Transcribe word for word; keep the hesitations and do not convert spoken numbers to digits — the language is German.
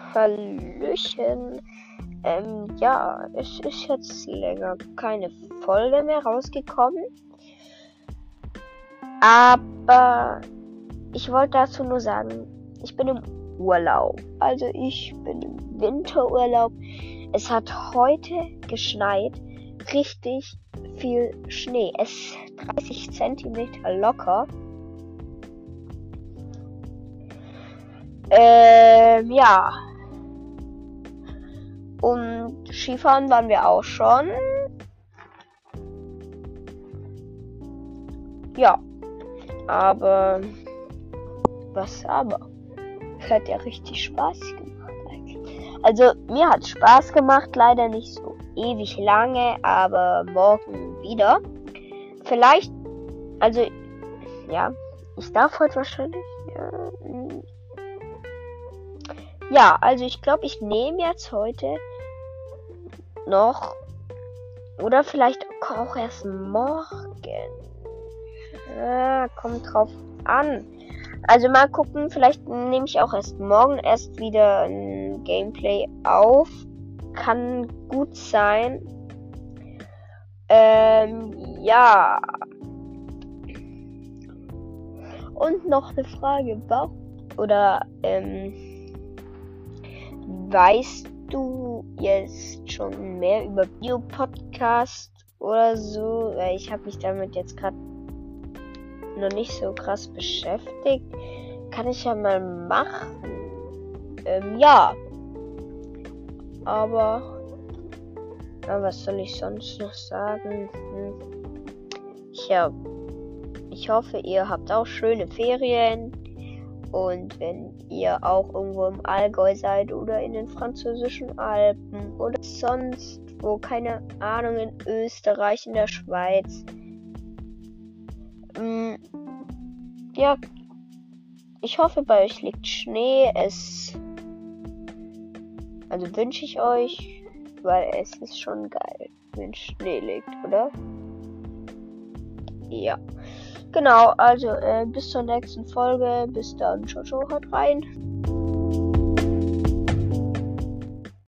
Hallöchen. Ähm, ja, es ist jetzt länger keine Folge mehr rausgekommen. Aber ich wollte dazu nur sagen, ich bin im Urlaub. Also ich bin im Winterurlaub. Es hat heute geschneit. Richtig viel Schnee. Es ist dreißig Zentimeter locker. Ähm, ja. Und Skifahren waren wir auch schon. Ja. Aber. Was aber? Hat ja richtig Spaß gemacht eigentlich. Also, mir hat Spaß gemacht. Leider nicht so ewig lange. Aber morgen wieder. Vielleicht. Also. Ja. Ich darf heute wahrscheinlich. Ja. Ja, also ich glaube, ich nehme jetzt heute noch oder vielleicht auch erst morgen. Ja, kommt drauf an. Also mal gucken, vielleicht nehme ich auch erst morgen erst wieder ein Gameplay auf. Kann gut sein. Ähm, ja. Und noch eine Frage, oder ähm, weißt du jetzt schon mehr über Bio-Podcast oder so? Weil ich habe mich damit jetzt gerade noch nicht so krass beschäftigt. Kann ich ja mal machen. Ähm, ja. Aber ja, was soll ich sonst noch sagen? Hm. Ja. Ich hoffe, ihr habt auch schöne Ferien. Und wenn ihr auch irgendwo im Allgäu seid oder in den französischen Alpen oder sonst wo, keine Ahnung, in Österreich, in der Schweiz. Ähm, ja, ich hoffe, bei euch liegt Schnee. Es, also wünsche ich euch, weil es ist schon geil, wenn Schnee liegt, oder? Ja. Genau, also äh, bis zur nächsten Folge. Bis dann. Ciao, ciao, haut rein.